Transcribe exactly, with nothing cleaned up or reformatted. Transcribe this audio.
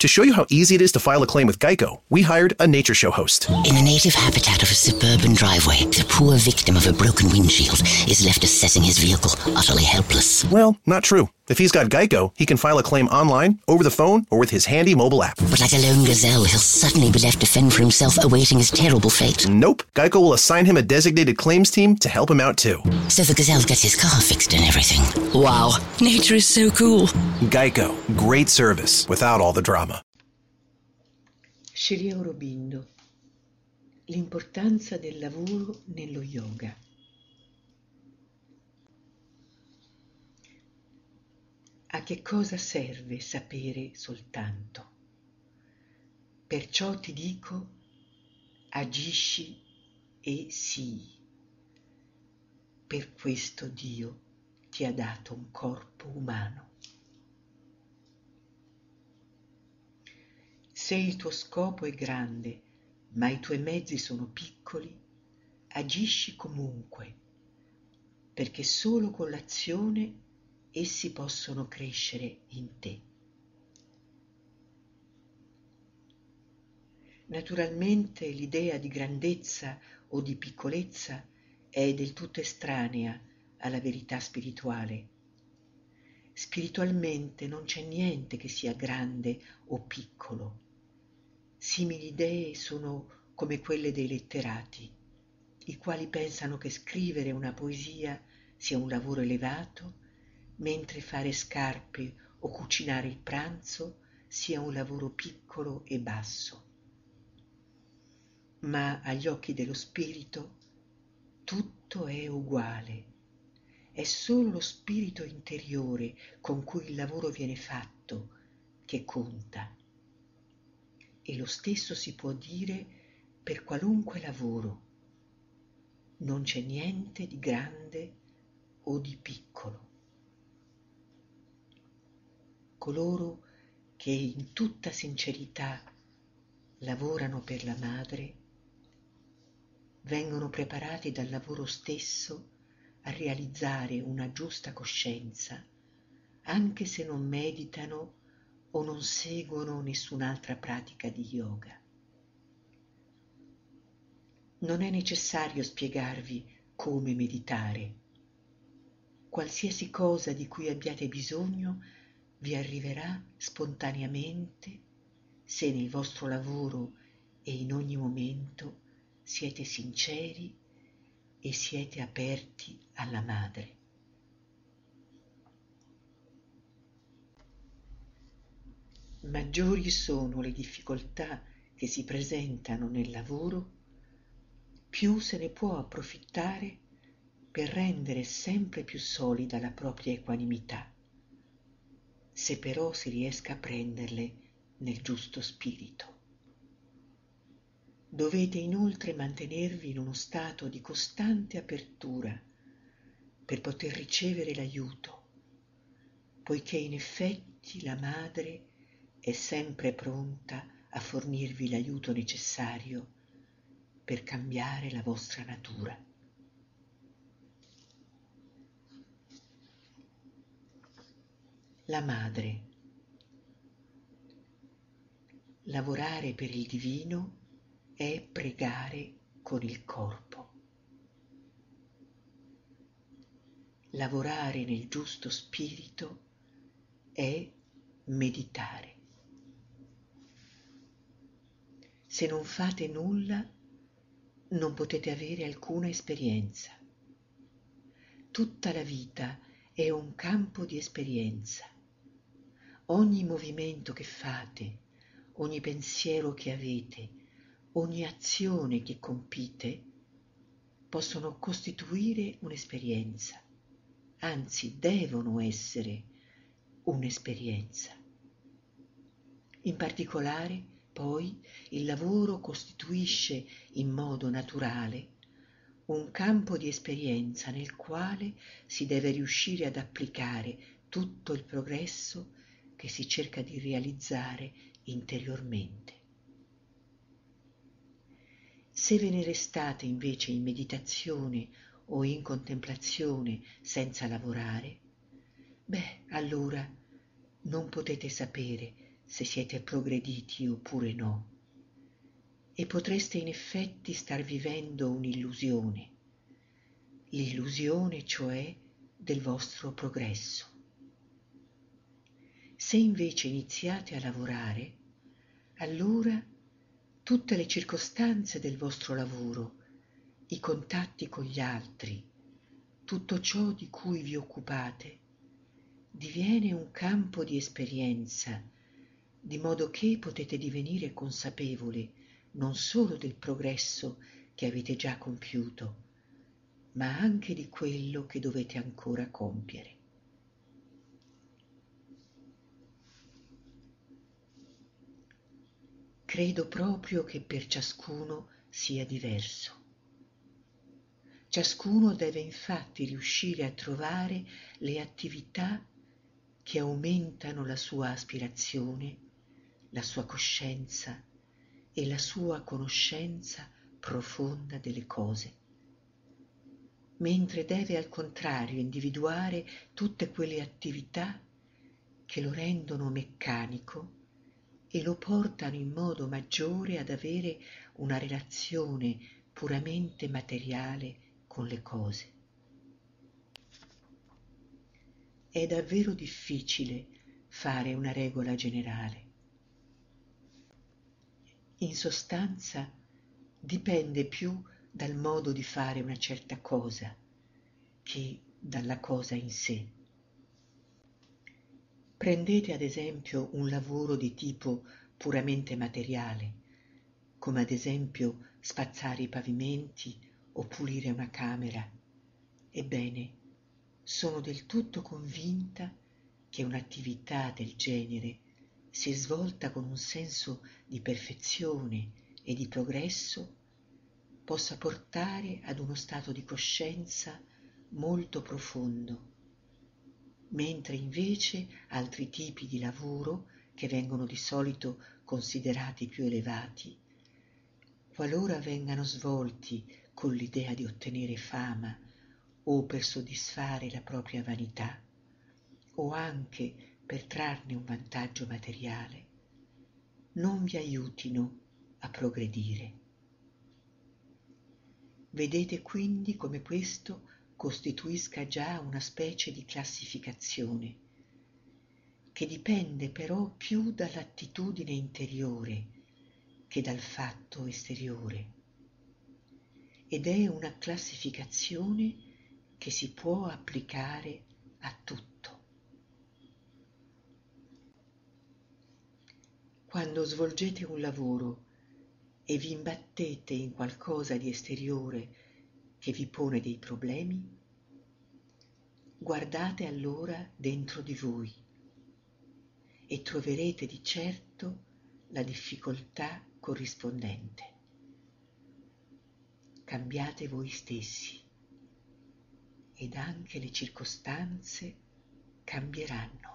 To show you how easy it is to file a claim with Geico, we hired a nature show host. In the native habitat of a suburban driveway, the poor victim of a broken windshield is left assessing his vehicle, utterly helpless. Well, not true. If he's got Geico, he can file a claim online, over the phone, or with his handy mobile app. But like a lone gazelle, he'll suddenly be left to fend for himself, awaiting his terrible fate. Nope. Geico will assign him a designated claims team to help him out too. So the gazelle gets his car fixed and everything. Wow, nature is so cool. Geico. Great service without all the drama. Scelia Aurobindo. L'importanza del lavoro nello yoga. A che cosa serve sapere soltanto? Perciò ti dico, agisci e sii. Per questo Dio ti ha dato un corpo umano. Se il tuo scopo è grande, ma i tuoi mezzi sono piccoli, agisci comunque, perché solo con l'azione essi possono crescere in te. Naturalmente l'idea di grandezza o di piccolezza è del tutto estranea alla verità spirituale. Spiritualmente non c'è niente che sia grande o piccolo. Simili idee sono come quelle dei letterati, i quali pensano che scrivere una poesia sia un lavoro elevato, mentre fare scarpe o cucinare il pranzo sia un lavoro piccolo e basso. Ma agli occhi dello spirito tutto è uguale. È solo lo spirito interiore con cui il lavoro viene fatto che conta. E lo stesso si può dire per qualunque lavoro. Non c'è niente di grande o di piccolo. Coloro che in tutta sincerità lavorano per la madre vengono preparati dal lavoro stesso a realizzare una giusta coscienza, anche se non meditano o non seguono nessun'altra pratica di yoga. Non è necessario spiegarvi come meditare. Qualsiasi cosa di cui abbiate bisogno vi arriverà spontaneamente se nel vostro lavoro e in ogni momento siete sinceri e siete aperti alla madre. Maggiori sono le difficoltà che si presentano nel lavoro, più se ne può approfittare per rendere sempre più solida la propria equanimità, se però si riesca a prenderle nel giusto spirito. Dovete inoltre mantenervi in uno stato di costante apertura per poter ricevere l'aiuto, poiché in effetti la madre è sempre pronta a fornirvi l'aiuto necessario per cambiare la vostra natura. La madre. Lavorare per il divino è pregare con il corpo. Lavorare nel giusto spirito è meditare. Se non fate nulla, non potete avere alcuna esperienza. Tutta la vita è un campo di esperienza. Ogni movimento che fate, ogni pensiero che avete, ogni azione che compite possono costituire un'esperienza, anzi devono essere un'esperienza. In particolare, poi, il lavoro costituisce in modo naturale un campo di esperienza nel quale si deve riuscire ad applicare tutto il progresso che si cerca di realizzare interiormente. Se ve ne restate invece in meditazione o in contemplazione senza lavorare, beh, allora non potete sapere se siete progrediti oppure no, e potreste in effetti star vivendo un'illusione, l'illusione cioè del vostro progresso. Se invece iniziate a lavorare, allora tutte le circostanze del vostro lavoro, i contatti con gli altri, tutto ciò di cui vi occupate, diviene un campo di esperienza, di modo che potete divenire consapevoli non solo del progresso che avete già compiuto, ma anche di quello che dovete ancora compiere. Credo proprio che per ciascuno sia diverso. Ciascuno deve infatti riuscire a trovare le attività che aumentano la sua aspirazione, la sua coscienza e la sua conoscenza profonda delle cose, mentre deve al contrario individuare tutte quelle attività che lo rendono meccanico e lo portano in modo maggiore ad avere una relazione puramente materiale con le cose. È davvero difficile fare una regola generale. In sostanza, dipende più dal modo di fare una certa cosa che dalla cosa in sé. Prendete ad esempio un lavoro di tipo puramente materiale, come ad esempio spazzare i pavimenti o pulire una camera. Ebbene, sono del tutto convinta che un'attività del genere, se svolta con un senso di perfezione e di progresso, possa portare ad uno stato di coscienza molto profondo, mentre invece altri tipi di lavoro, che vengono di solito considerati più elevati, qualora vengano svolti con l'idea di ottenere fama o per soddisfare la propria vanità, o anche per trarne un vantaggio materiale, non vi aiutino a progredire. Vedete quindi come questo costituisca già una specie di classificazione, che dipende però più dall'attitudine interiore che dal fatto esteriore, ed è una classificazione che si può applicare a tutto. Quando svolgete un lavoro e vi imbattete in qualcosa di esteriore che vi pone dei problemi, guardate allora dentro di voi e troverete di certo la difficoltà corrispondente. Cambiate voi stessi ed anche le circostanze cambieranno.